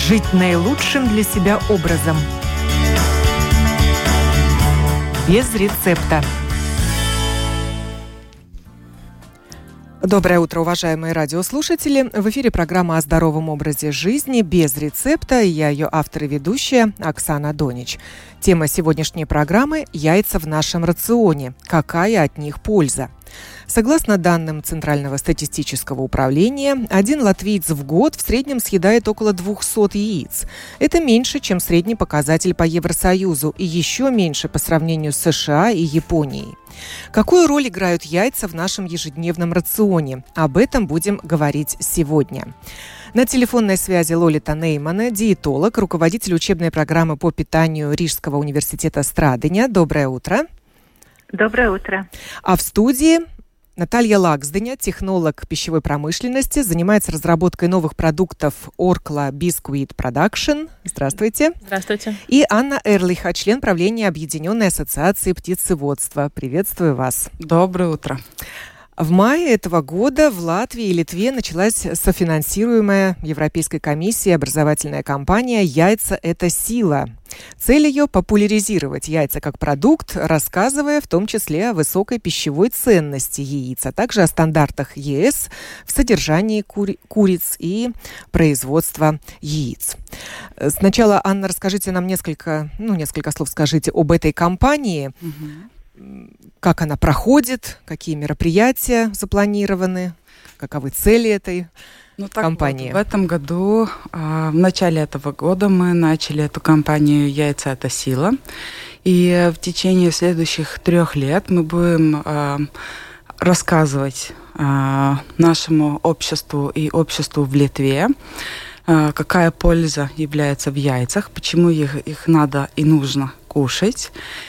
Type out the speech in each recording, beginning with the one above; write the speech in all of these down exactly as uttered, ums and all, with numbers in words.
Жить наилучшим для себя образом. Без рецепта. Доброе утро, уважаемые радиослушатели. В эфире программа о здоровом образе жизни без рецепта. Я ее автор и ведущая Оксана Донич. Тема сегодняшней программы – яйца в нашем рационе. Какая от них польза? Согласно данным Центрального статистического управления, один латвиец в год в среднем съедает около двухсот яиц. Это меньше, чем средний показатель по Евросоюзу, и еще меньше по сравнению с США и Японией. Какую роль играют яйца в нашем ежедневном рационе? Об этом будем говорить сегодня. На телефонной связи Лолита Неймана, диетолог, руководитель учебной программы по питанию Рижского университета Страдыня. Доброе утро. Доброе утро. А в студии Наталья Лаксденя, технолог пищевой промышленности, занимается разработкой новых продуктов Orkla Biscuit Production. Здравствуйте. Здравствуйте. И Анна Эрлиха, член правления Объединенной ассоциации птицеводства. Приветствую вас. Доброе утро. В мае этого года в Латвии и Литве началась софинансируемая Европейской комиссией образовательная кампания «Яйца – это сила». Цель ее – популяризировать яйца как продукт, рассказывая в том числе о высокой пищевой ценности яиц, а также о стандартах ЕС в содержании кури- куриц и производства яиц. Сначала, Анна, расскажите нам несколько, ну, несколько слов скажите об этой кампании. Угу. Как она проходит, какие мероприятия запланированы, каковы цели этой ну, так кампании? Вот, в этом году, в начале этого года мы начали эту кампанию «Яйца – это сила». И в течение следующих трех лет мы будем рассказывать нашему обществу и обществу в Литве, какая польза является в яйцах, почему их, их надо и нужно кушать.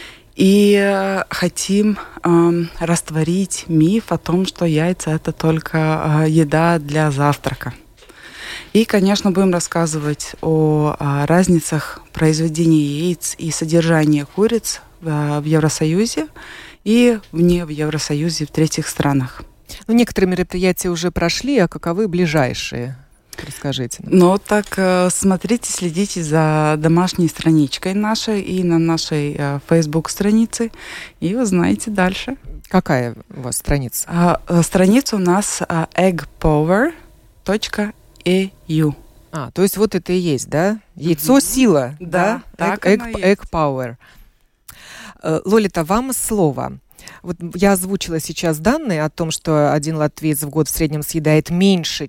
И хотим э, растворить миф о том, что яйца – это только э, еда для завтрака. И, конечно, будем рассказывать о, о разницах произведения яиц и содержания куриц в, в Евросоюзе и вне в Евросоюзе в третьих странах. Ну, некоторые мероприятия уже прошли, а каковы ближайшие? Расскажите. Ну, так смотрите, следите за домашней страничкой нашей и на нашей э, Facebook-странице, и узнаете дальше. Какая у вас страница? А, страница у нас egg power точка и ю. А, то есть вот это и есть, да? Яйцо – сила, да? Да, так egg, оно egg, egg power. Лолита, вам слово. Вот я озвучила сейчас данные о том, что один латвиец в год в среднем съедает меньше,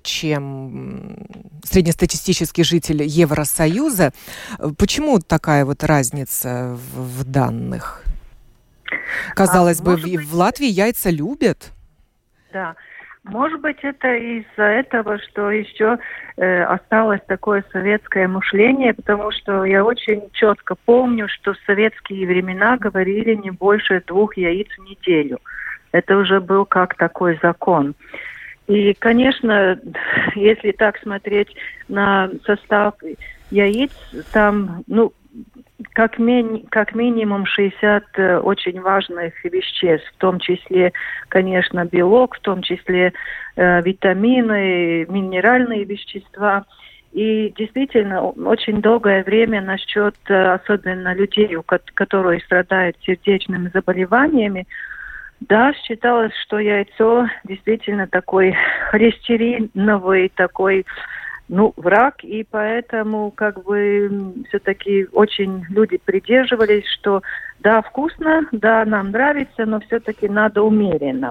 чем среднестатистический житель Евросоюза. Почему такая вот разница в, в данных? Казалось а, бы, в, быть... в Латвии яйца любят. Да. Может быть, это из-за этого, что еще э, осталось такое советское мышление, потому что я очень четко помню, что в советские времена говорили не больше двух яиц в неделю. Это уже был как такой закон. И, конечно, если так смотреть на состав яиц, там, ну, Как, ми- как минимум шестьдесят э, очень важных веществ, в том числе, конечно, белок, в том числе э, витамины, минеральные вещества. И действительно, очень долгое время насчет, э, особенно людей, у ко- которые страдают сердечными заболеваниями, да, считалось, что яйцо действительно такой холестериновый, такой... Ну, враг, и поэтому как бы все-таки очень люди придерживались, что да, вкусно, да, нам нравится, но все-таки надо умеренно.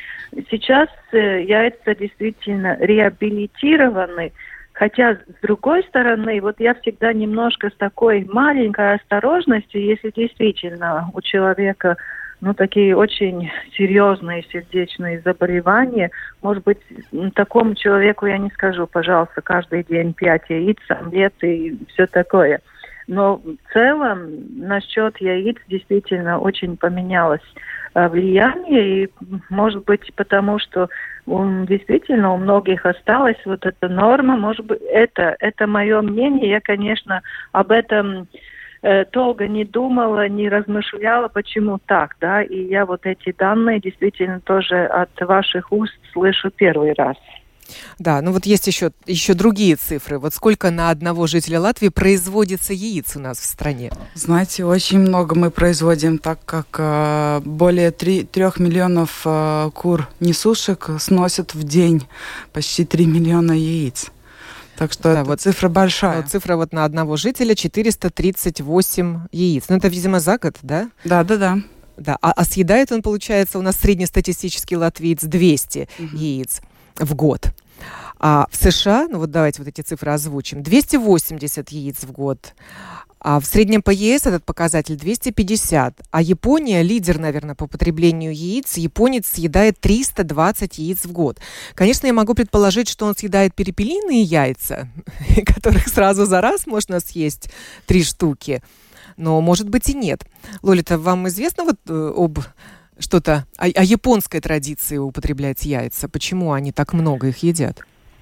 Сейчас э, яйца действительно реабилитированы, хотя с другой стороны, вот я всегда немножко с такой маленькой осторожностью, если действительно у человека ну, такие очень серьезные сердечные заболевания. Может быть, такому человеку я не скажу, пожалуйста, каждый день пять яиц, омлет и все такое. Но в целом насчет яиц действительно очень поменялось э, влияние. И, может быть, потому что um, действительно у многих осталась вот эта норма. Может быть, это, это мое мнение. Я, конечно, об этом долго не думала, не размышляла, почему так, да, и я вот эти данные действительно тоже от ваших уст слышу первый раз. Да, ну вот есть еще, еще другие цифры. Вот сколько на одного жителя Латвии производится яиц у нас в стране? Знаете, очень много мы производим, так как э, более трех миллионов э, кур несушек сносят в день почти три миллиона яиц. Так что да, вот цифра большая. Вот цифра вот на одного жителя четыреста тридцать восемь яиц. Ну это, видимо, за год, да? Да, да, да. Да, а, а съедает он, получается, у нас среднестатистический латвиец двести угу. яиц в год. А в США, ну вот давайте вот эти цифры озвучим, двести восемьдесят яиц в год. А в среднем по ЕС этот показатель двести пятьдесят. А Япония, лидер, наверное, по потреблению яиц, японец съедает триста двадцать яиц в год. Конечно, я могу предположить, что он съедает перепелиные яйца, которых сразу за раз можно съесть три штуки. Но, может быть, и нет. Лолита, вам известно вот э, об что-то, о, о японской традиции употреблять яйца? Почему они так много их едят?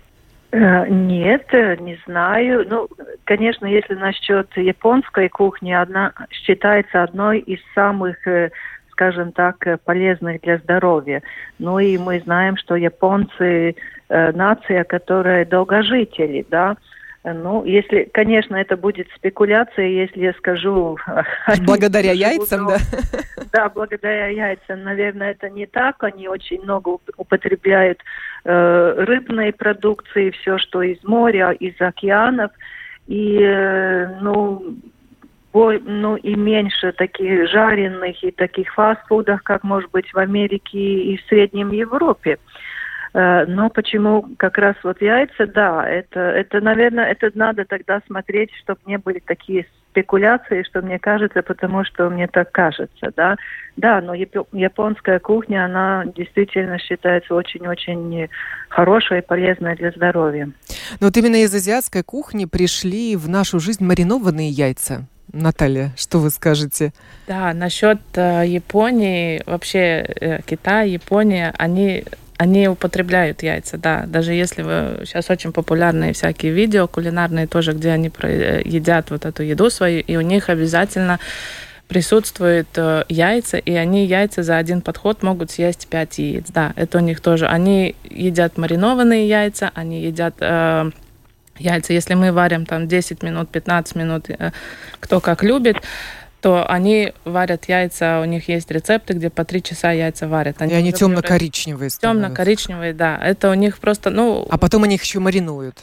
Нет, не знаю. Ну, конечно, если насчет японской кухни, она считается одной из самых, скажем так, полезных для здоровья. Ну и мы знаем, что японцы нация, которая долгожители, да. Ну, если, конечно, это будет спекуляция, если я скажу... Благодаря яйцам, да? Да, благодаря яйцам, наверное, это не так. Они очень много употребляют э, рыбной продукции, все, что из моря, из океанов. И, э, ну, бо, ну, и меньше таких жареных и таких фастфудов, как, может быть, в Америке и в Среднем Европе. Но почему как раз вот яйца, да, это, это, наверное, это надо тогда смотреть, чтобы не были такие спекуляции, что мне кажется, потому что мне так кажется, да. Да, но японская кухня, она действительно считается очень-очень хорошей и полезной для здоровья. Но вот именно из азиатской кухни пришли в нашу жизнь маринованные яйца. Наталья, что вы скажете? Да, насчет э, Японии, вообще э, Китай, Япония, они... Они употребляют яйца, да. Даже если вы... Сейчас очень популярные всякие видео кулинарные тоже, где они едят вот эту еду свою, и у них обязательно присутствуют э, яйца, и они яйца за один подход могут съесть пять яиц. Да, это у них тоже. Они едят маринованные яйца, они едят... Э, яйца, если мы варим там десять минут, пятнадцать минут, э, кто как любит, то они варят яйца, у них есть рецепты, где по три часа яйца варят. Они и они темно-коричневые становятся. Темно-коричневые, да. Это у них просто, ну... А потом они их еще маринуют.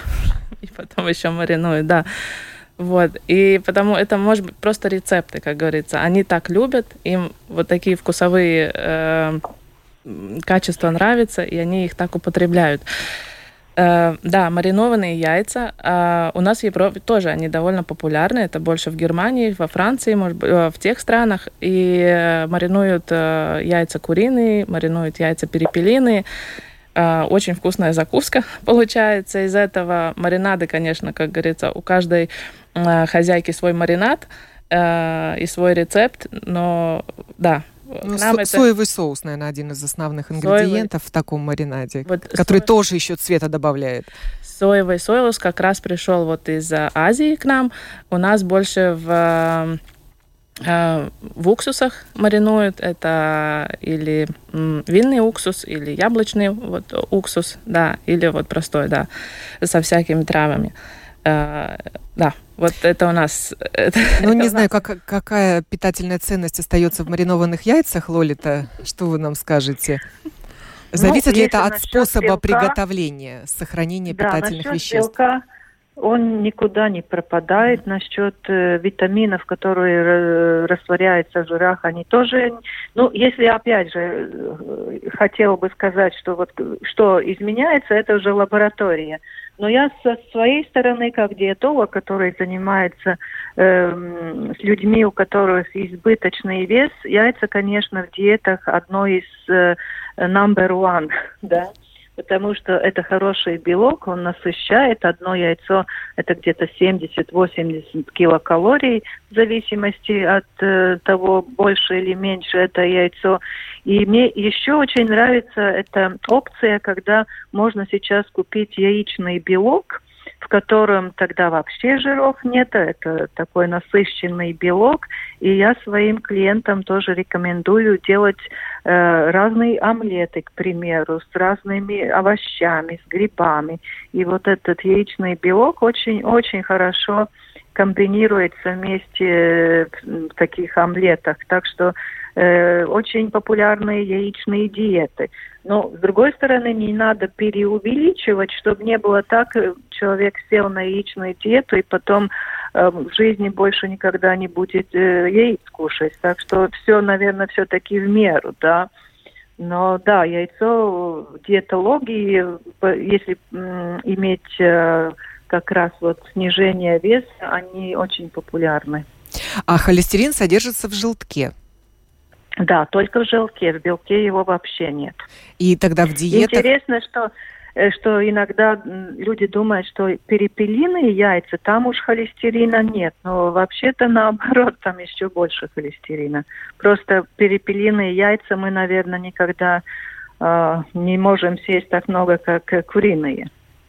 И потом еще маринуют, да. Вот. И потому это может быть просто рецепты, как говорится. Они так любят, им вот такие вкусовые э, качества нравятся, и они их так употребляют. Uh, да, маринованные яйца. Uh, у нас в Европе тоже они довольно популярны. Это больше в Германии, во Франции, может быть, в тех странах. И uh, маринуют uh, яйца куриные, маринуют яйца перепелиные. Uh, очень вкусная закуска получается из этого. Маринады, конечно, как говорится, у каждой uh, хозяйки свой маринад uh, и свой рецепт. Но да, Ну, со- это... Соевый соус, наверное, один из основных ингредиентов Соевый... в таком маринаде, вот который со... тоже еще цвета добавляет. Соевый соус как раз пришел вот из Азии к нам. У нас больше в, в уксусах маринуют. Это или винный уксус, или яблочный вот, уксус, да, или вот простой, да, со всякими травами. Uh, да, вот это у нас... Ну, не знаю, как, какая питательная ценность остается в маринованных яйцах, Лолита, что вы нам скажете? Зависит ну, ли это от способа белка, приготовления, сохранения да, питательных веществ? Белка, он никуда не пропадает. Насчет э, витаминов, которые э, растворяются в жирах, они тоже... Ну, если, опять же, э, хотела бы сказать, что вот что изменяется, это уже лаборатория. Но я со своей стороны, как диетолог, который занимается э, с людьми, у которых избыточный вес, яйца, конечно, в диетах одно из э, number one, да, потому что это хороший белок, он насыщает. Одно яйцо это где-то семьдесят-восемьдесят килокалорий, в зависимости от э, того, больше или меньше это яйцо. И мне еще очень нравится эта опция, когда можно сейчас купить яичный белок, в котором тогда вообще жиров нет, это такой насыщенный белок. И я своим клиентам тоже рекомендую делать э, разные омлеты, к примеру, с разными овощами, с грибами. И вот этот яичный белок очень-очень хорошо комбинируется вместе в таких омлетах. Так что э, очень популярные яичные диеты. Но, с другой стороны, не надо переувеличивать, чтобы не было так, человек сел на яичную диету и потом э, в жизни больше никогда не будет э, яиц кушать. Так что все, наверное, все-таки в меру, да. Но да, яйцо в диетологии, если м, иметь э, как раз вот снижение веса, они очень популярны. А холестерин содержится в желтке? Да, только в желтке, в белке его вообще нет. И тогда в диетах... Интересно, что, что иногда люди думают, что перепелиные яйца, там уж холестерина нет, но вообще-то наоборот, там еще больше холестерина. Просто перепелиные яйца мы, наверное, никогда э, не можем съесть так много, как куриные.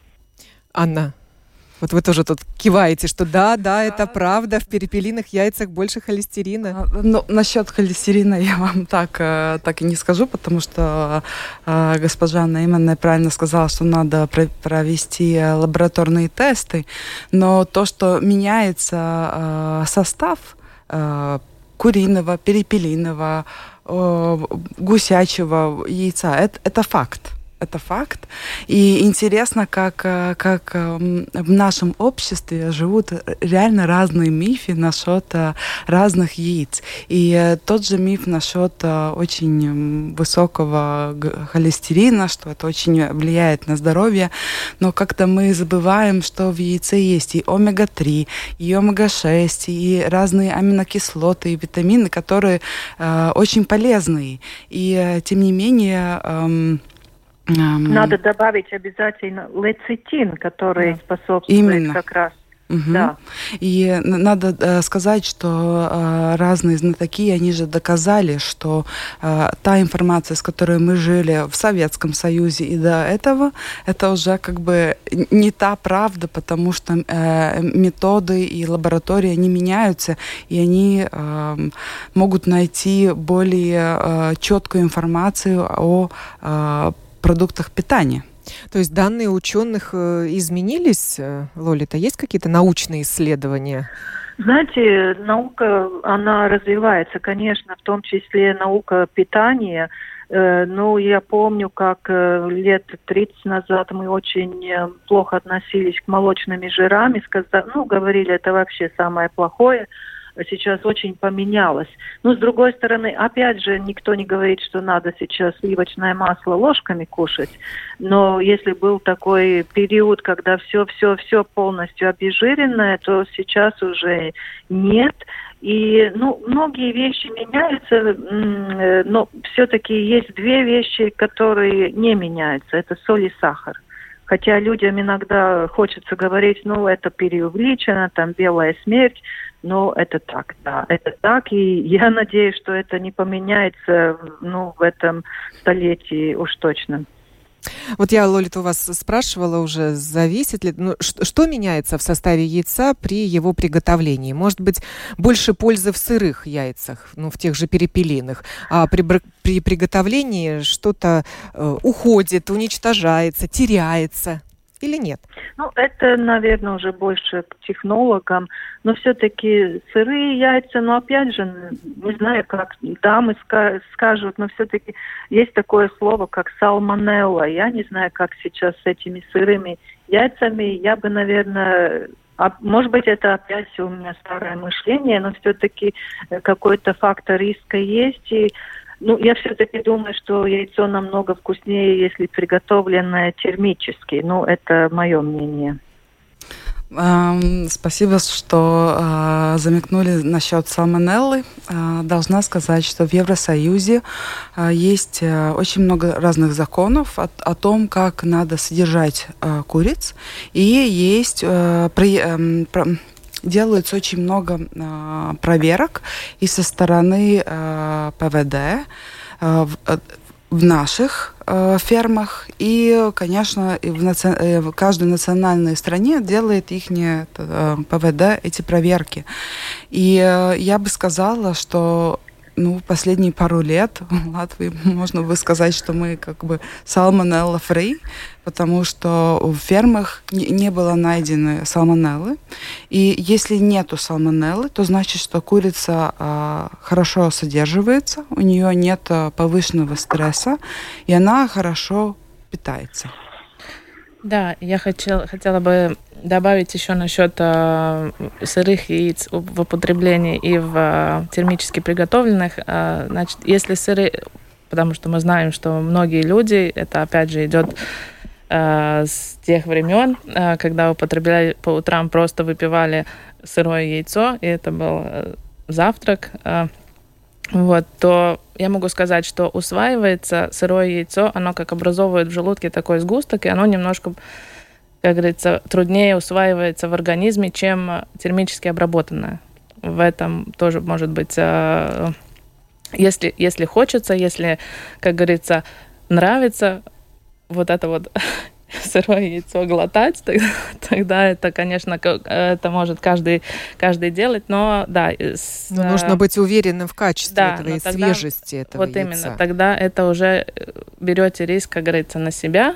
Анна, вот вы тоже тут киваете, что да, да, это правда, в перепелиных яйцах больше холестерина. Ну, насчет холестерина я вам так, так и не скажу, потому что э, госпожа Анна именно правильно сказала, что надо провести лабораторные тесты, но то, что меняется э, состав э, куриного, перепелиного, э, гусячего яйца, это, это факт. Это факт. И интересно, как, как в нашем обществе живут реально разные мифы насчет разных яиц. И тот же миф насчет очень высокого холестерина, что это очень влияет на здоровье. Но как-то мы забываем, что в яйце есть и омега три, и омега шесть, и разные аминокислоты, и витамины, которые э, очень полезные. И тем не менее... Э, Надо добавить обязательно лецитин, который да. способствует Именно. как раз. Угу. Да. И надо э, сказать, что э, разные знатоки, они же доказали, что э, та информация, с которой мы жили в Советском Союзе и до этого, это уже как бы не та правда, потому что э, методы и лаборатории, они меняются, и они э, могут найти более э, четкую информацию о э, продуктах питания. То есть данные ученых изменились, Лолита? Есть какие-то научные исследования? Знаете, наука, она развивается, конечно, в том числе наука питания. Ну, я помню, как лет тридцать назад мы очень плохо относились к молочным жирам, и сказали, ну, говорили, это вообще самое плохое. Сейчас очень поменялось. Но, с другой стороны, опять же, никто не говорит, что надо сейчас сливочное масло ложками кушать. Но если был такой период, когда все-все-все полностью обезжиренное, то сейчас уже нет. И, ну, многие вещи меняются, но все-таки есть две вещи, которые не меняются. Это соль и сахар. Хотя людям иногда хочется говорить, ну, это преувеличено, там, белая смерть. Но это так, да, это так, и я надеюсь, что это не поменяется, ну, в этом столетии уж точно. Вот я, Лолита, у вас спрашивала уже, зависит ли, ну, что, что меняется в составе яйца при его приготовлении? Может быть, больше пользы в сырых яйцах, ну, в тех же перепелиных, а при, при приготовлении что-то э, уходит, уничтожается, теряется? Или нет? Ну, это, наверное, уже больше к технологам. Но все-таки сырые яйца, но опять же, не знаю, как дамы скажут, но все-таки есть такое слово, как сальмонелла. Я не знаю, как сейчас с этими сырыми яйцами. Я бы, наверное... А может быть, это опять у меня старое мышление, но все-таки какой-то фактор риска есть. И ну, я все-таки думаю, что яйцо намного вкуснее, если приготовленное термически. Ну, это мое мнение. Спасибо, что э, замекнули насчет сальмонеллы. Э, должна сказать, что в Евросоюзе э, есть э, очень много разных законов о, о том, как надо содержать э, куриц. И есть э, при, э, про, делается очень много э, проверок и со стороны э, ПВД. Э, в в наших э, фермах, и, конечно, и в, наци... э, в каждой национальной стране делает их э, ПВД эти проверки. И э, я бы сказала, что ну, последние пару лет в Латвии можно бы сказать, что мы как бы салмонелла-фри, потому что в фермах не, не было найдены салмонеллы. И если нету салмонеллы, то значит, что курица а, хорошо содерживается, у нее нет а, повышенного стресса, и она хорошо питается. Да, я хотела, хотела бы добавить еще насчет э, сырых яиц в употреблении и в э, термически приготовленных. Э, значит, если сыры, потому что мы знаем, что многие люди, это опять же идет э, с тех времен, э, когда употребляли по утрам, просто выпивали сырое яйцо, и это был э, завтрак, э, вот, то я могу сказать, что усваивается сырое яйцо, оно как образовывает в желудке такой сгусток, и оно немножко, как говорится, труднее усваивается в организме, чем термически обработанное. В этом тоже может быть, если, если хочется, если, как говорится, нравится вот это вот сырое яйцо глотать, тогда, тогда это, конечно, это может каждый, каждый делать, но да. С, но нужно быть уверенным в качестве да, этого и тогда, свежести этого вот яйца. Именно, тогда это уже берете риск, как говорится, на себя.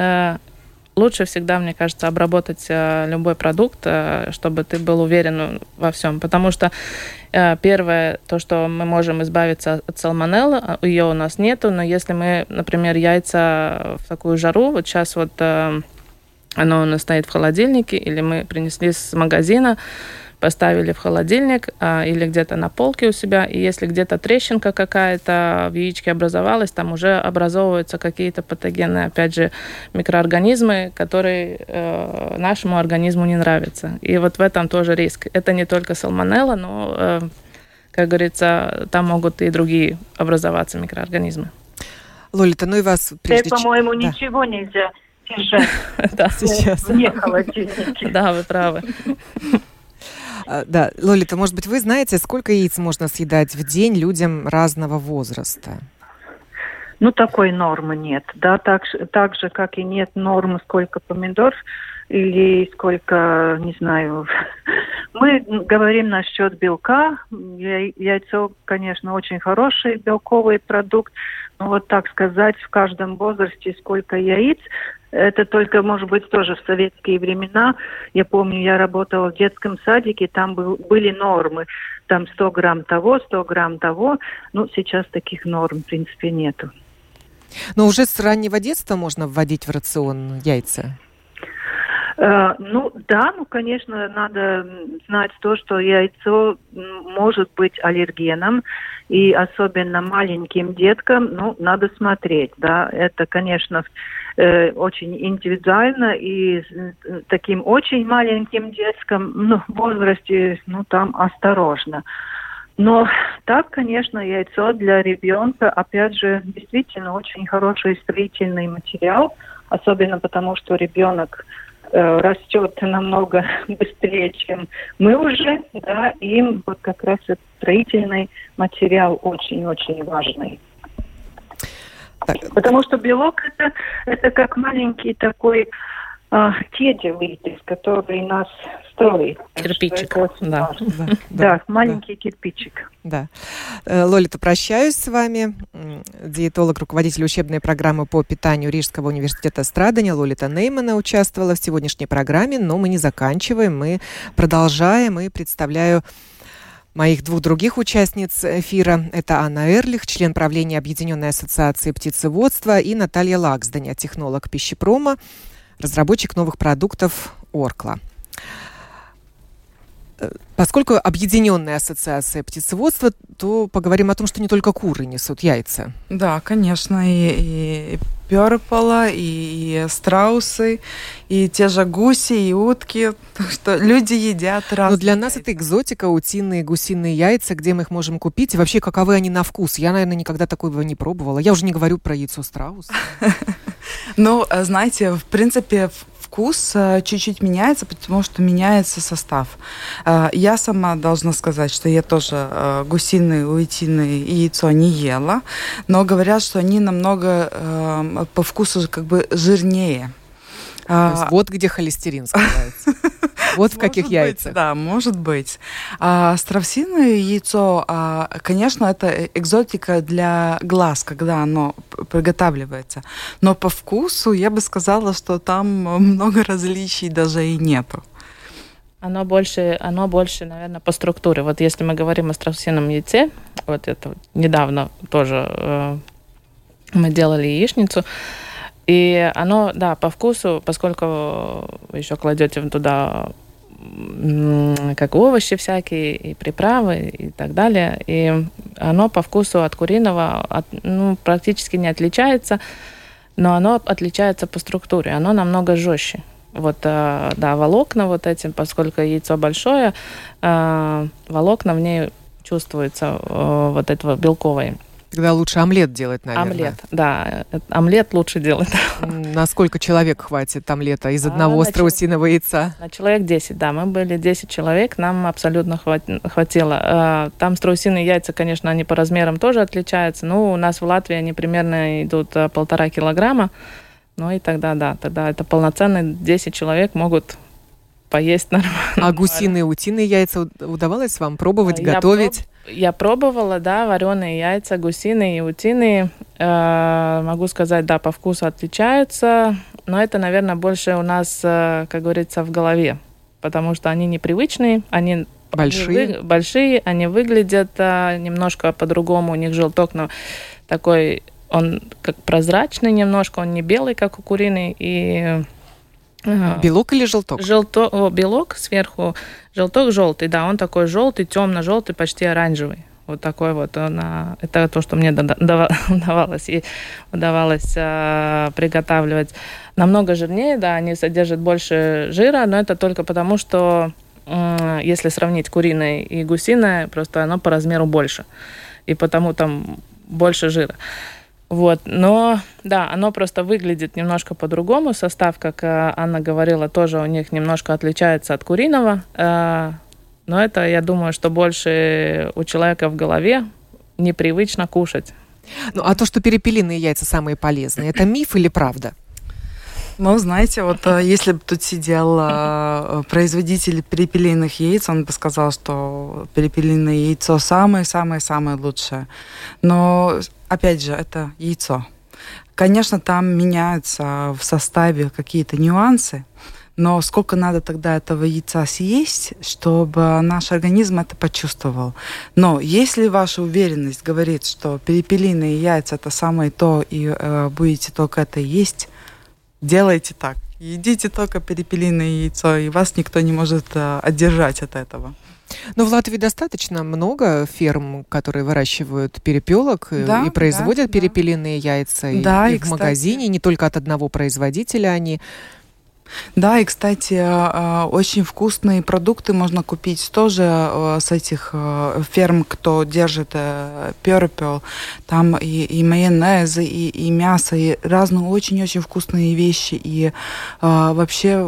Лучше всегда, мне кажется, обработать любой продукт, чтобы ты был уверен во всем. Потому что первое, то, что мы можем избавиться от сальмонеллы, ее у нас нету, но если мы, например, яйца в такую жару, вот сейчас вот оно у нас стоит в холодильнике, или мы принесли с магазина, поставили в холодильник а, или где-то на полке у себя, и если где-то трещинка какая-то в яичке образовалась, там уже образовываются какие-то патогенные, опять же, микроорганизмы, которые э, нашему организму не нравятся. И вот в этом тоже риск. Это не только сальмонелла, но, э, как говорится, там могут и другие образоваться микроорганизмы. Лолита, ну и вас... Прежде... Ты, по-моему, да. ничего нельзя держать сейчас вне холодильника. Да, вы правы. Да, Лолита, может быть, вы знаете, сколько яиц можно съедать в день людям разного возраста? Ну, такой нормы нет. Да, так, так же, как и нет нормы, сколько помидор или сколько, не знаю. Мы говорим насчет белка. Яйцо, конечно, очень хороший белковый продукт. Но вот так сказать, в каждом возрасте сколько яиц, это только, может быть, тоже в советские времена. Я помню, я работала в детском садике, там был, были нормы. Там сто грамм того, сто грамм того. Ну, сейчас таких норм, в принципе, нету. Но уже с раннего детства можно вводить в рацион яйца? Uh, ну да, ну конечно, надо знать то, что яйцо может быть аллергеном, и особенно маленьким деткам, ну, надо смотреть, да, это, конечно, э, очень индивидуально, и таким очень маленьким деткам, ну, в возрасте, ну, там осторожно. Но так, конечно, яйцо для ребенка, опять же, действительно очень хороший строительный материал, особенно потому, что ребенок растет намного быстрее, чем мы уже, да, им вот как раз этот строительный материал очень-очень важный. Так. Потому что белок это, это как маленький такой а, кедевый, который нас строит. Кирпичик. Да. Да, да, да, маленький да. кирпичик. Да. Лолита, прощаюсь с вами. Диетолог, руководитель учебной программы по питанию Рижского университета Страдания Лолита Неймана участвовала в сегодняшней программе, но мы не заканчиваем, мы продолжаем и представляю моих двух других участниц эфира. Это Анна Эрлих, член правления Объединенной ассоциации птицеводства, и Наталья Лаксданя, технолог пищепрома, разработчик новых продуктов Оркла. Поскольку Объединенная ассоциация птицеводства, то поговорим о том, что не только куры несут яйца. Да, конечно, и, и пёрпола, и, и страусы, и те же гуси, и утки. Так что люди едят разные. Но для нас яйца. Это экзотика, утиные, гусиные яйца, где мы их можем купить, и вообще каковы они на вкус. Я, наверное, никогда такого не пробовала. Я уже не говорю про яйцо страуса. Ну, знаете, в принципе, вкус чуть-чуть меняется, потому что меняется состав. Я сама должна сказать, что я тоже гусиное, утиное яйцо не ела, но говорят, что они намного по вкусу как бы жирнее. То есть вот где холестерин скрывается. Вот в каких яйцах. Да, может быть. А страусиное яйцо, а, конечно, это экзотика для глаз, когда оно приготавливается. Но по вкусу я бы сказала, что там много различий даже и нету. Оно больше, оно больше, наверное, по структуре. Вот если мы говорим о страусином яйце, вот это недавно тоже э, мы делали яичницу, и оно, да, по вкусу, поскольку вы еще кладете туда как овощи всякие, и приправы, и так далее, и оно по вкусу от куриного от, ну, практически не отличается, но оно отличается по структуре, оно намного жестче. Вот, да, волокна вот этим, поскольку яйцо большое, волокна в ней чувствуются вот этого белковой. Тогда лучше омлет делать, наверное. Омлет, да. Омлет лучше делать. На сколько человек хватит омлета из одного а, страусиного яйца? На человек десять, да. Мы были десять человек, нам абсолютно хватило. Там страусиные яйца, конечно, они по размерам тоже отличаются. Ну, у нас в Латвии они примерно идут полтора килограмма. Ну и тогда, да, тогда это полноценные десять человек могут поесть нормально. А гусиные, утиные яйца удавалось вам пробовать, я готовить? Проб... Я пробовала, да, вареные яйца, гусиные и утиные. Э, могу сказать, да, по вкусу отличаются, но это, наверное, больше у нас, э, как говорится, в голове, потому что они непривычные, они большие, они, вы... большие, они выглядят э, немножко по-другому, у них желток, но такой, он как прозрачный немножко, он не белый, как у куриный, и... Белок или желток? Желто... О, белок сверху, желток желтый, да, он такой желтый, темно-желтый, почти оранжевый. Вот такой вот он. Это то, что мне удавалось, и удавалось а, приготавливать. Намного жирнее, да, они содержат больше жира, но это только потому, что м- если сравнить куриное и гусиное, просто оно по размеру больше. И потому там больше жира. Вот, но, да, оно просто выглядит немножко по-другому. Состав, как Анна говорила, тоже у них немножко отличается от куриного. Но это, я думаю, что больше у человека в голове непривычно кушать. Ну, а то, что перепелиные яйца самые полезные, это миф или правда? Ну, знаете, вот если бы тут сидел производитель перепелиных яиц, он бы сказал, что перепелиное яйцо самое-самое-самое лучшее. Но, опять же, это яйцо. Конечно, там меняются в составе какие-то нюансы, но сколько надо тогда этого яйца съесть, чтобы наш организм это почувствовал. Но если ваша уверенность говорит, что перепелиные яйца это самое то, и э, будете только это есть, делайте так. Едите только перепелиное яйцо, и вас никто не может э, отдержать от этого. Но в Латвии достаточно много ферм, которые выращивают перепелок да, и производят да, перепелиные да. яйца. Да, и, и и, в кстати, магазине, не только от одного производителя они. Да, и, кстати, очень вкусные продукты можно купить тоже с этих ферм, кто держит перепел. Там и, и майонез, и, и мясо, и разные очень-очень вкусные вещи. И вообще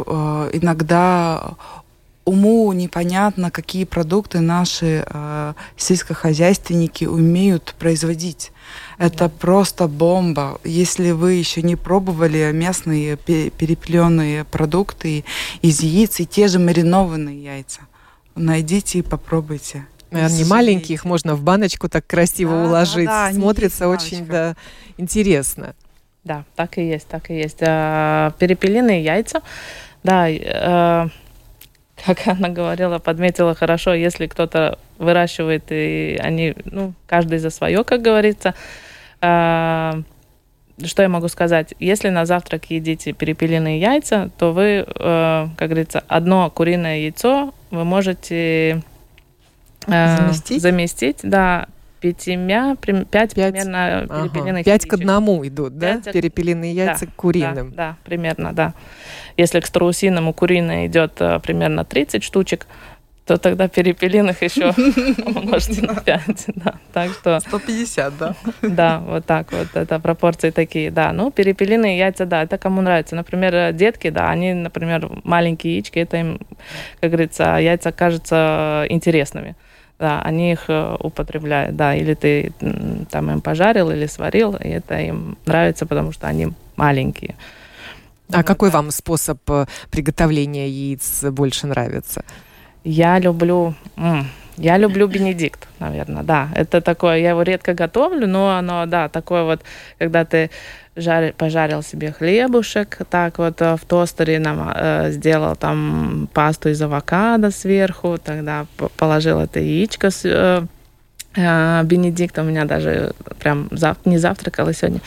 иногда уму непонятно, какие продукты наши э, сельскохозяйственники умеют производить. Это да. просто бомба. Если вы еще не пробовали местные перепелённые продукты из яиц и те же маринованные яйца, найдите и попробуйте. Они маленькие, их можно в баночку так красиво да, уложить. Да, да, смотрится очень да, интересно. Да, так и есть, так и есть. А, перепелиные яйца, да, а, как она говорила, подметила хорошо, если кто-то выращивает, и они, ну, каждый за свое, как говорится. А, что я могу сказать? Если на завтрак едите перепелиные яйца, то вы, а, как говорится, одно куриное яйцо вы можете а, заместить? заместить, да, пятимя, пять, пять примерно ага. перепелиных Пять яичек. к одному идут, да? Пять, перепелиные яйца да, к куриным. Да, да, примерно, да. Если к страусиному куриное идет а, примерно тридцать штучек, то тогда перепелиных еще умножьте на пять. Да. Так что... сто пятьдесят, да? Да, вот так вот, это пропорции такие, да. Ну, перепелиные яйца, да, это кому нравится. Например, детки, да, они, например, маленькие яички, это им, как говорится, яйца кажутся интересными. Да, они их употребляют, да, или ты там им пожарил, или сварил, и это им нравится, потому что они маленькие. А вот какой так. Вам способ приготовления яиц больше нравится? Я люблю, я люблю Бенедикт, наверное, да. Это такое, я его редко готовлю, но оно, да, такое вот, когда ты жари, пожарил себе хлебушек, так вот в тостере нам э, сделал там пасту из авокадо сверху, тогда положил это яичко с э, э, Бенедикт, у меня даже прям зав... не завтракала сегодня.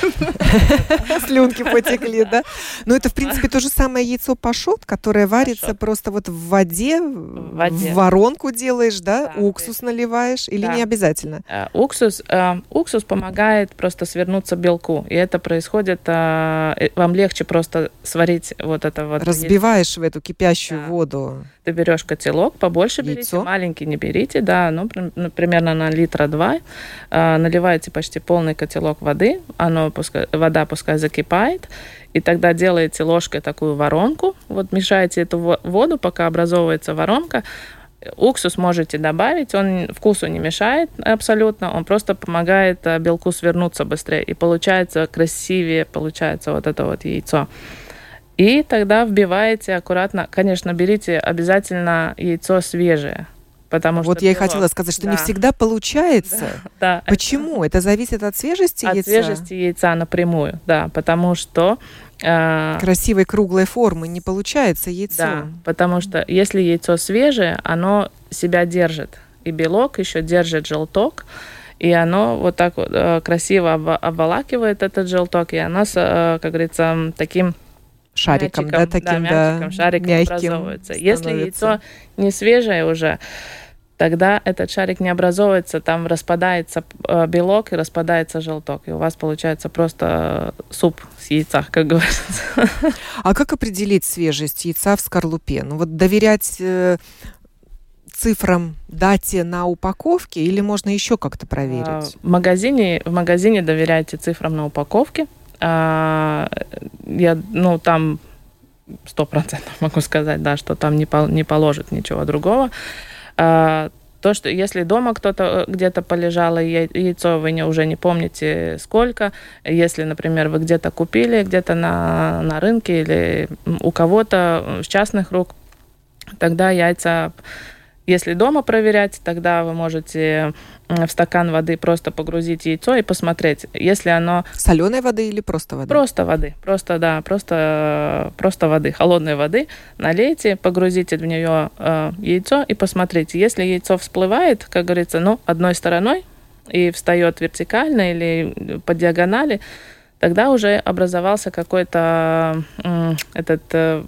Слюнки потекли, да? Но это, в принципе, то же самое яйцо пашот, которое варится просто вот в воде, в воронку делаешь, да? Уксус наливаешь или не обязательно? Уксус, уксус помогает просто свернуться белку, и это происходит, вам легче просто сварить вот это вот. Разбиваешь в эту кипящую воду. Ты берешь котелок, побольше берите, маленький не берите, да, ну, примерно на литра два, наливаете почти полный котелок воды, оно пускай, вода пускай закипает, и тогда делаете ложкой такую воронку, вот мешаете эту воду, пока образовывается воронка, уксус можете добавить, он вкусу не мешает абсолютно, он просто помогает белку свернуться быстрее, и получается красивее, получается вот это вот яйцо. И тогда вбиваете аккуратно, конечно, берите обязательно яйцо свежее. Потому вот что я и хотела сказать, что да. не всегда получается. Да, да, почему? Это... это зависит от свежести от яйца? От свежести яйца напрямую, да, потому что... Э... Красивой круглой формы не получается яйцо. Да, потому что если яйцо свежее, оно себя держит. И белок еще держит желток, и оно вот так вот э, красиво обволакивает этот желток, и оно, э, как говорится, таким... Шариком, мячиком, да, таким, да, мячиком, да, шариком образовывается. Если яйцо не свежее уже, тогда этот шарик не образовывается, там распадается белок и распадается желток, и у вас получается просто суп с яйца, как говорится. А как определить свежесть яйца в скорлупе? Ну вот доверять э, цифрам, дате на упаковке, или можно еще как-то проверить? В магазине, в магазине доверяйте цифрам на упаковке. Я, ну, там сто процентов могу сказать, да, что там не, по, не положит ничего другого. То, что если дома кто-то где-то полежало яйцо, вы не, уже не помните сколько. Если, например, вы где-то купили, где-то на, на рынке или у кого-то с частных рук, тогда яйца... Если дома проверять, тогда вы можете в стакан воды просто погрузить яйцо и посмотреть, если оно... Соленой воды или просто воды? Просто воды. Просто, да, просто, просто воды, холодной воды. Налейте, погрузите в нее э, яйцо и посмотрите. Если яйцо всплывает, как говорится, ну, одной стороной и встает вертикально или по диагонали, тогда уже образовался какой-то э, этот... Э,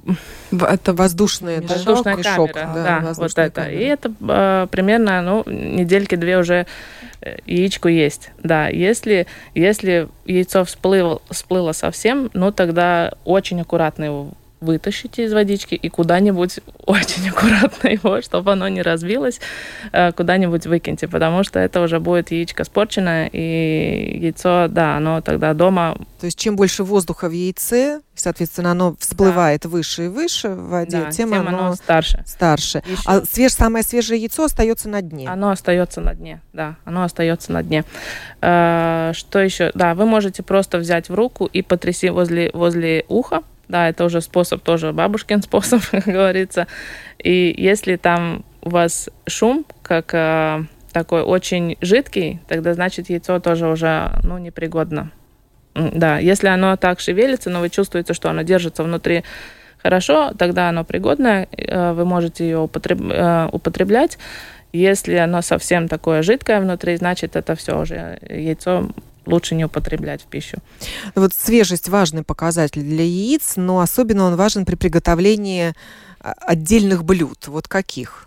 это воздушный воздушная мешок, камера, да, да, вот это. Камера. И это э, примерно, ну, недельки две уже яичку есть. Да, если, если яйцо всплыло, всплыло совсем, ну, тогда очень аккуратно его вытащите из водички и куда-нибудь очень аккуратно его, чтобы оно не разбилось, куда-нибудь выкиньте, потому что это уже будет яичко испорченное, и яйцо, да, оно тогда дома... То есть чем больше воздуха в яйце, соответственно, оно всплывает да. выше и выше в воде, да, тем, тем оно, оно старше. старше. Еще... А свеж, самое свежее яйцо остается на дне? Оно остается на дне, да, оно остается на дне. Что еще? Да, вы можете просто взять в руку и потрясти возле, возле уха. Да, это уже способ, тоже бабушкин способ, как говорится. И если там у вас шум, как э, такой очень жидкий, тогда значит яйцо тоже уже, ну, непригодно. Да, если оно так шевелится, но вы чувствуете, что оно держится внутри хорошо, тогда оно пригодное, э, вы можете ее употреб, э, употреблять. Если оно совсем такое жидкое внутри, значит, это все уже яйцо лучше не употреблять в пищу. Вот свежесть важный показатель для яиц, но особенно он важен при приготовлении отдельных блюд. Вот каких?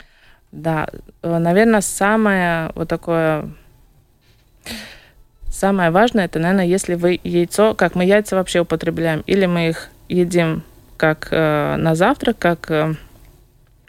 Да, наверное, самое вот такое... Самое важное, это, наверное, если вы яйцо, как мы яйца вообще употребляем, или мы их едим как э, на завтрак, как... Э,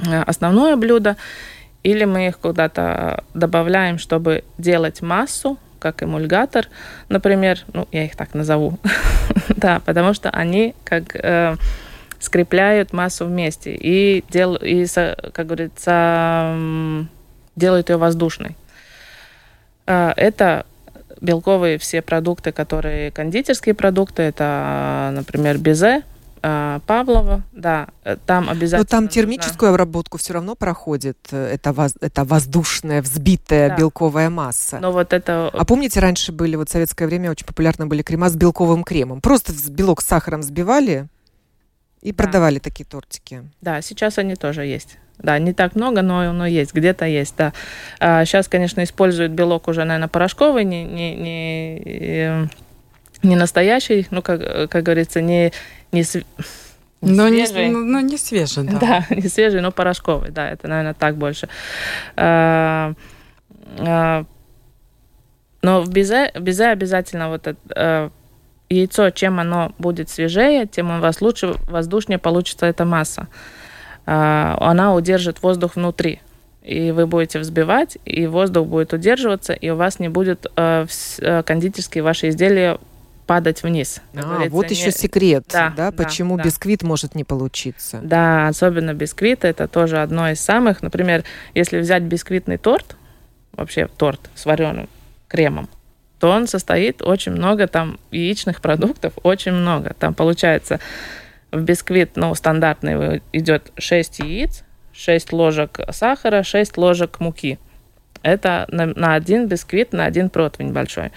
основное блюдо, или мы их куда-то добавляем, чтобы делать массу, как эмульгатор, например, ну, я их так назову, да, потому что они как э, скрепляют массу вместе и, дел, и, как говорится, делают ее воздушной. Э, это белковые все продукты, которые кондитерские продукты, это, например, безе, Павлова, да, там обязательно... Но там термическую нужна... обработку все равно проходит, это, воз... это воздушная, взбитая да. белковая масса. Но вот это... А помните, раньше были, вот в советское время очень популярны были крема с белковым кремом? Просто белок с сахаром взбивали и да. продавали такие тортики. Да, сейчас они тоже есть. Да, не так много, но оно есть, где-то есть, да. А сейчас, конечно, используют белок уже, наверное, порошковый, не, не, не, не настоящий, ну, как, как говорится, не... Не, св... не но, свежий. Не, но не свежий, да. Да, не свежий, но порошковый, да, это, наверное, так больше. А, а, но в безе, в безе обязательно вот это, а, яйцо, чем оно будет свежее, тем у вас лучше, воздушнее получится эта масса. А, она удержит воздух внутри. И вы будете взбивать, и воздух будет удерживаться, и у вас не будет а, в, кондитерские ваши изделия падать вниз. А, вот не... еще секрет, да, да, да почему да. бисквит может не получиться. Да, особенно бисквит, это тоже одно из самых. Например, если взять бисквитный торт, вообще торт с вареным кремом, то он состоит очень много там яичных продуктов, очень много. Там получается в бисквит, ну, стандартный идет шесть яиц, шесть ложек сахара, шесть ложек муки. Это на, на один бисквит, на один противень большой.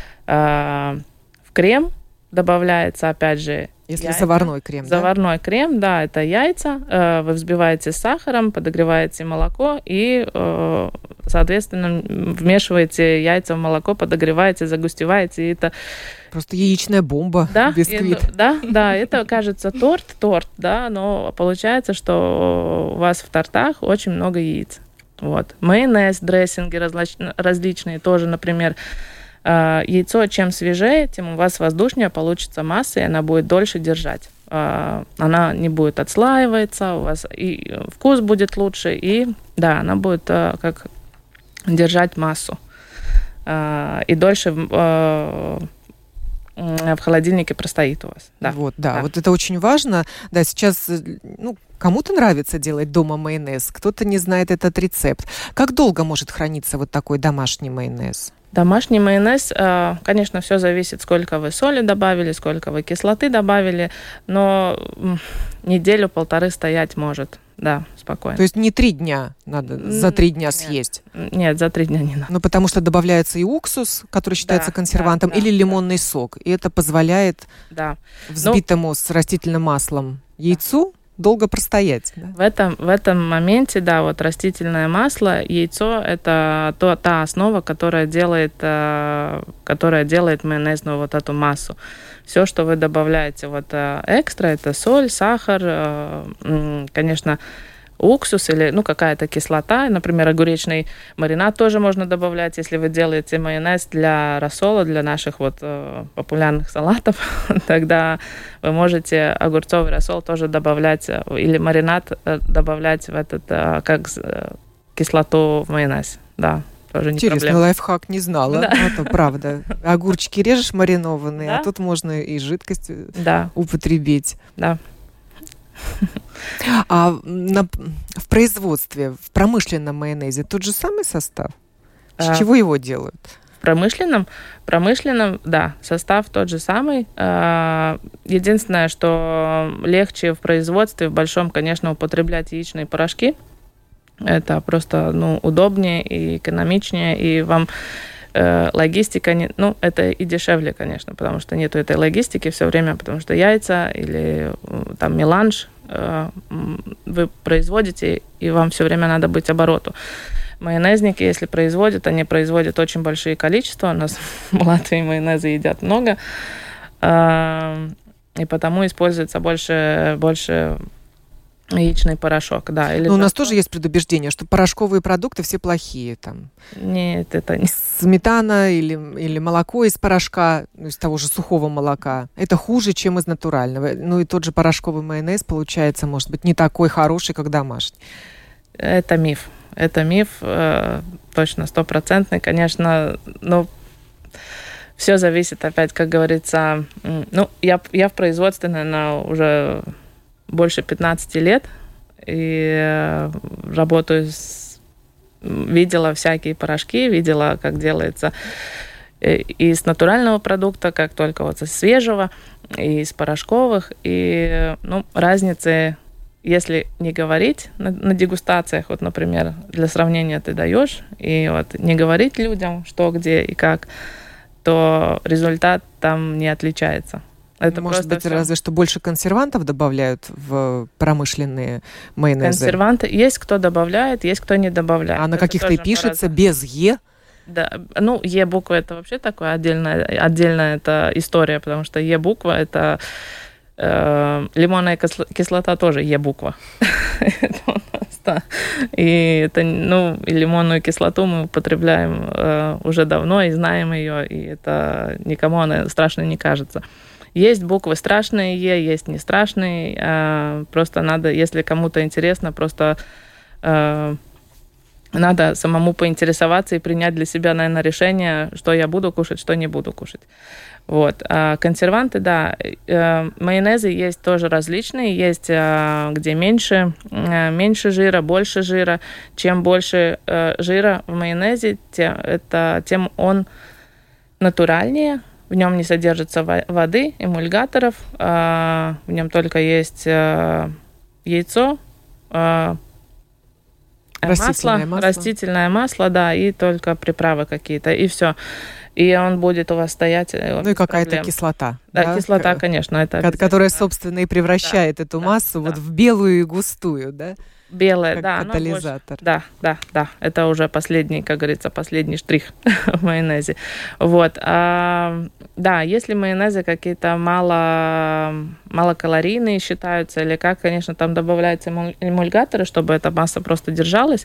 В крем добавляется, опять же, если яйца. заварной крем, Заварной да? крем, да, это яйца. Вы взбиваете с сахаром, подогреваете молоко и, соответственно, вмешиваете яйца в молоко, подогреваете, загустеваете. И это... Просто яичная бомба, да, бисквит. И, да, да, это, кажется, торт, торт, да, но получается, что у вас в тортах очень много яиц. Вот. Майонез, дрессинги различ- различные тоже, например, яйцо чем свежее, тем у вас воздушнее получится масса, и она будет дольше держать. Она не будет отслаиваться, у вас и вкус будет лучше, и да, она будет как держать массу. И дольше в холодильнике простоит у вас. Да. Вот, да, да, вот это очень важно. Да, сейчас, ну, кому-то нравится делать дома майонез, кто-то не знает этот рецепт. Как долго может храниться вот такой домашний майонез? Домашний майонез, конечно, все зависит, сколько вы соли добавили, сколько вы кислоты добавили, но неделю-полторы стоять может, да, спокойно. То есть не три дня надо, за три дня нет, съесть? Нет, за три дня не надо. Ну, потому что добавляется и уксус, который считается да, консервантом, да, или да, лимонный да. сок, и это позволяет да. взбитому ну, с растительным маслом яйцу долго простоять. Да? В этом, в этом моменте, да, вот растительное масло, яйцо – это то, та основа, которая делает, э, которая делает майонезную вот эту массу. Все, что вы добавляете вот э, экстра, это соль, сахар, э, конечно, уксус или ну, какая-то кислота. Например, огуречный маринад тоже можно добавлять, если вы делаете майонез для рассола, для наших вот э, популярных салатов. Тогда вы можете огурцовый рассол тоже добавлять или маринад э, добавлять в этот, э, как э, кислоту в майонез. Да, тоже не Интересный проблема. лайфхак, не знала. Да. Это правда. Огурчики режешь маринованные, да? А тут можно и жидкость да. употребить. Да. А на, в производстве, в промышленном майонезе тот же самый состав? С а, чего его делают? В промышленном, промышленном, да, состав тот же самый. Единственное, что легче в производстве, в большом, конечно, употреблять яичные порошки. Это просто ну, удобнее и экономичнее, и вам э, логистика, не, ну, это и дешевле, конечно, потому что нету этой логистики все время, потому что яйца или там меланж э, вы производите, и вам все время надо быть обороту. Майонезники, если производят, они производят очень большие количества. У нас в Латвии майонеза едят много, э, и потому используется больше, больше Яичный порошок, да. Или Но у нас тоже есть предубеждение, что порошковые продукты все плохие. Там. Нет, это не... Сметана или, или молоко из порошка, из того же сухого молока, это хуже, чем из натурального. Ну и тот же порошковый майонез, получается, может быть, не такой хороший, как домашний. Это миф. Это миф, э, точно, стопроцентный, конечно, но все зависит опять, как говорится. Ну, я, я в производстве, наверное, уже... больше пятнадцать лет, и работаю с... видела всякие порошки, видела, как делается и из натурального продукта, как только вот из свежего, и из порошковых, и ну, разницы, если не говорить на, на дегустациях, вот, например, для сравнения ты даешь, и вот не говорить людям, что, где и как, то результат там не отличается. Это может быть все. Разве что больше консервантов добавляют в промышленные майонезы. Консерванты. Есть кто добавляет, есть кто не добавляет. А на каких-то и пишется без «е». Да, ну, Е-буква это вообще такая отдельная, отдельная это история, потому что Е-буква это э, лимонная кислота тоже Е-буква. И это, ну, и лимонную кислоту мы употребляем э, уже давно и знаем ее, и это никому она страшной не кажется. Есть буквы страшные Е, есть не страшные. Э, просто надо, если кому-то интересно, просто э, надо самому поинтересоваться и принять для себя, наверное, решение, что я буду кушать, что не буду кушать. Вот. А консерванты, да, э, майонезы есть тоже различные. Есть, э, где меньше, э, меньше жира, больше жира. Чем больше э, жира в майонезе, тем, это, тем он натуральнее. В нем не содержится воды, эмульгаторов. Э, в нем только есть э, яйцо, э, растительное масло, масло, растительное масло, да, и только приправы какие-то, и все. И он будет у вас стоять. Ну и какая-то проблем. Кислота. Да, да, кислота, конечно. Это которая, собственно, и превращает да, эту массу да, вот да. в белую и густую, да? Белая, как да. Катализатор. Больше, да, да, да. Это уже последний, как говорится, последний штрих в майонезе. Вот. А, да, если майонезы какие-то мало, малокалорийные считаются, или как, конечно, там добавляются эмульгаторы, чтобы эта масса просто держалась,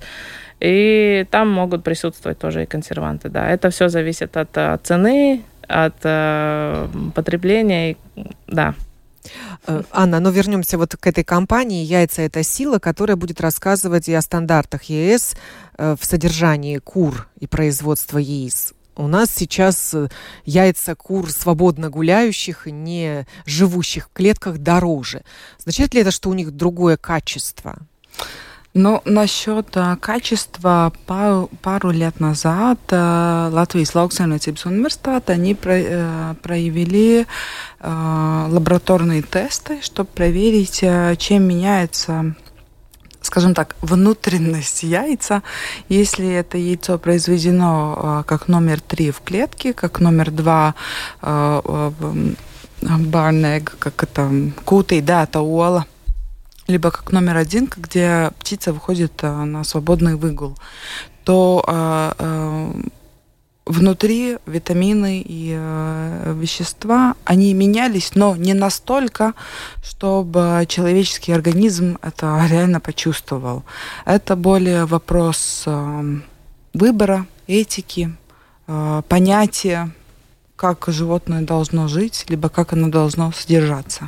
и там могут присутствовать тоже и консерванты, да. Это все зависит от, от цены, от э, потребления, да. Анна, но вернемся вот к этой компании «Яйца – это сила», которая будет рассказывать и о стандартах ЕС в содержании кур и производства яиц. У нас сейчас яйца кур свободно гуляющих, не живущих в клетках, дороже. Означает ли это, что у них другое качество? Ну, насчет а, качества, пару, пару лет назад а, Латвийс Lauksaimniecības университет, они про, а, проявили а, лабораторные тесты, чтобы проверить, а, чем меняется, скажем так, внутренность яйца, если это яйцо произведено а, как номер три в клетке, как номер два а, а, барнег, как это, кутей, да, это ола, либо как номер один, где птица выходит а, на свободный выгул, то а, а, внутри витамины и а, вещества, они менялись, но не настолько, чтобы человеческий организм это реально почувствовал. Это более вопрос а, выбора, этики, а, понятия, как животное должно жить, либо как оно должно содержаться.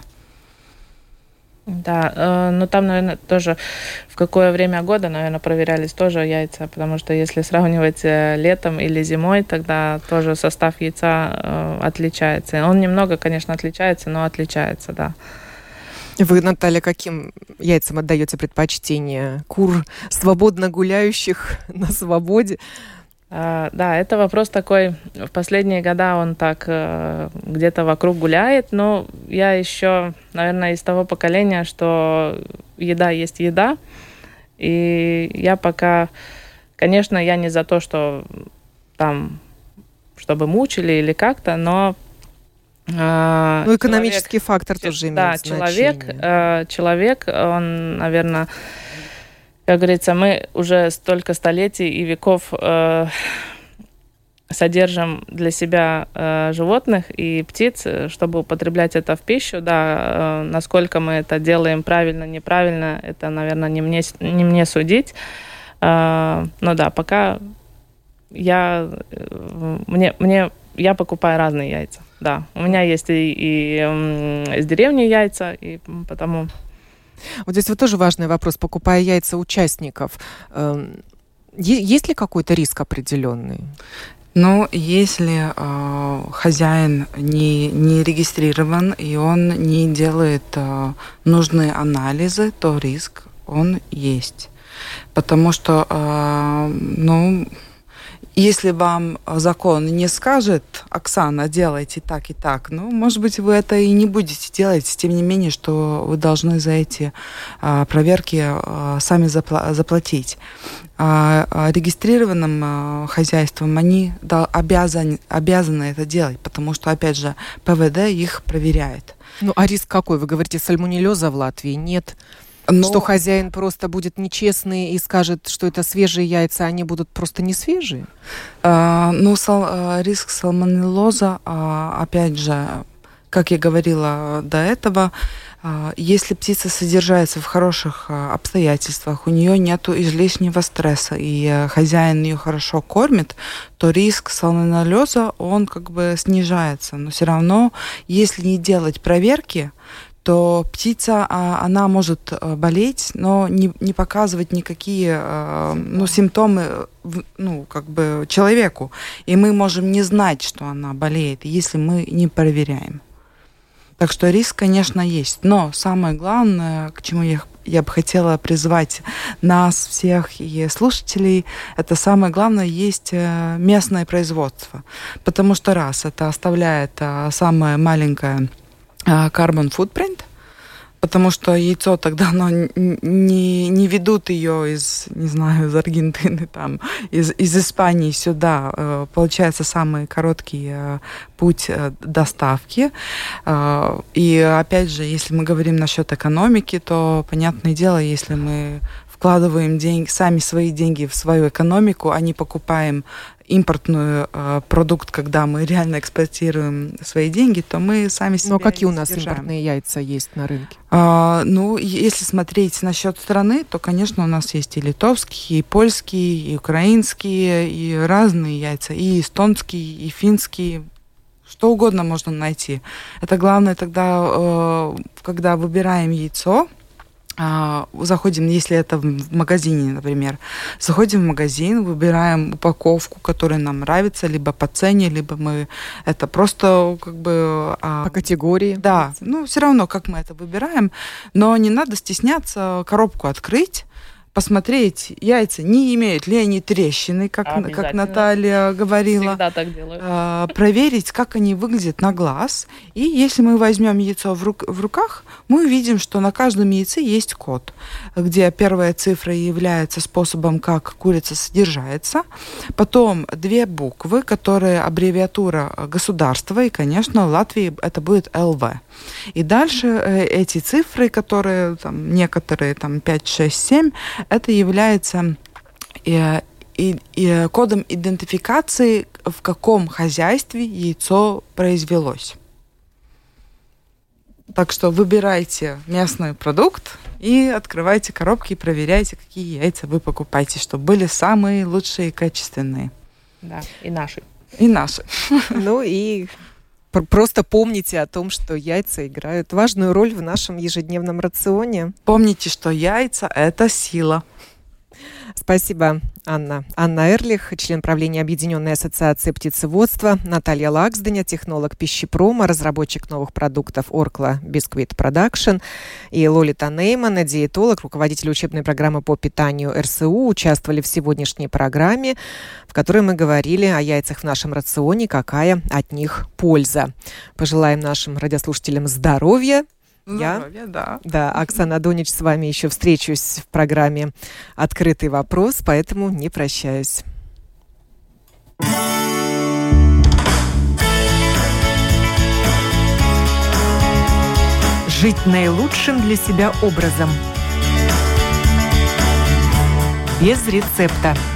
Да, э, но там, наверное, тоже в какое время года, наверное, проверялись тоже яйца, потому что если сравнивать летом или зимой, тогда тоже состав яйца э, отличается. Он немного, конечно, отличается, но отличается, да. Вы, Наталья, каким яйцам отдаете предпочтение? Кур, свободно гуляющих на свободе? Uh, да, это вопрос такой, в последние года он так uh, где-то вокруг гуляет, но я еще, наверное, из того поколения, что еда есть еда, и я пока, конечно, я не за то, что там, чтобы мучили или как-то, но uh, ну, экономический человек, фактор тоже имеет да, значение. Человек, uh, человек, он, наверное, как говорится, мы уже столько столетий и веков э, содержим для себя э, животных и птиц, чтобы употреблять это в пищу. Да, э, насколько мы это делаем правильно, неправильно, это, наверное, не мне, не мне судить. Э, но да, пока я, э, мне, мне, я покупаю разные яйца. Да, у меня есть и, и э, из деревни яйца, и потому... Вот здесь вот тоже важный вопрос. Покупая яйца участников, э, есть ли какой-то риск определенный? Ну, если э, хозяин не, не регистрирован и он не делает э, нужные анализы, то риск он есть. Потому что, э, ну, если вам закон не скажет: Оксана, делайте так и так, ну, может быть, вы это и не будете делать, тем не менее, что вы должны за эти э, проверки э, сами запла- заплатить. А, а регистрированным а, хозяйством они да, обязаны, обязаны это делать, потому что, опять же, ПВД их проверяет. Ну, а риск какой? Вы говорите, сальмонеллеза в Латвии нет? Но... Что хозяин просто будет нечестный и скажет, что это свежие яйца, а они будут просто не свежие? А, ну, сал, риск сальмонеллеза, а, опять же, как я говорила до этого, если птица содержится в хороших обстоятельствах, у нее нет излишнего стресса, и хозяин ее хорошо кормит, то риск сальмонеллеза, он как бы снижается. Но все равно, если не делать проверки, то птица, она может болеть, но не, не показывать никакие ну, симптомы ну, как бы человеку. И мы можем не знать, что она болеет, если мы не проверяем. Так что риск, конечно, есть. Но самое главное, к чему я, я бы хотела призвать нас всех и слушателей, это самое главное, есть местное производство. Потому что раз, это оставляет самое маленькое carbon footprint, потому что яйцо тогда оно не, не ведут ее из, не знаю, из Аргентины, там, из, из Испании сюда. Получается самый короткий путь доставки. И опять же, если мы говорим насчет экономики, то, понятное дело, если мы вкладываем деньги, сами свои деньги в свою экономику, а не покупаем импортный э, продукт, когда мы реально экспортируем свои деньги, то мы сами себя. Но какие у нас содержаем. Импортные яйца есть на рынке? А, ну, если смотреть насчет страны, то, конечно, у нас есть и литовские, и польские, и украинские, и разные яйца, и эстонские, и финские. Что угодно можно найти. Это главное тогда, э, когда выбираем яйцо, заходим, если это в магазине, например, заходим в магазин, выбираем упаковку, которая нам нравится, либо по цене, либо мы это просто как бы... По категории. Да, ну все равно, как мы это выбираем, но не надо стесняться коробку открыть, посмотреть, яйца, не имеют ли они трещины, как, как Наталья говорила. Всегда так делаю. А, проверить, как они выглядят на глаз. И если мы возьмем яйцо в, рук, в руках, мы увидим, что на каждом яйце есть код, где первая цифра является способом, как курица содержается. Потом две буквы, которые аббревиатура государства, и, конечно, в Латвии это будет эл вэ. И дальше э, эти цифры, которые там, некоторые там пять, шесть, семь, это является э, и, и кодом идентификации, в каком хозяйстве яйцо произвелось. Так что выбирайте местный продукт и открывайте коробки и проверяйте, какие яйца вы покупаете, чтобы были самые лучшие и качественные. Да, и наши. И наши. Ну и просто помните о том, что яйца играют важную роль в нашем ежедневном рационе. Помните, что яйца – это сила. Спасибо, Анна. Анна Эрлих, член правления Объединенной ассоциации птицеводства, Наталья Лаксденя, технолог пищепрома, разработчик новых продуктов Orkla Biscuit Production, и Лолита Нейман, диетолог, руководитель учебной программы по питанию эр эс у, участвовали в сегодняшней программе, в которой мы говорили о яйцах в нашем рационе, какая от них польза. Пожелаем нашим радиослушателям здоровья. Здоровья, Я, да. Да, Оксана Донич с вами еще встречусь в программе «Открытый вопрос», поэтому не прощаюсь. Жить наилучшим для себя образом. Без рецепта.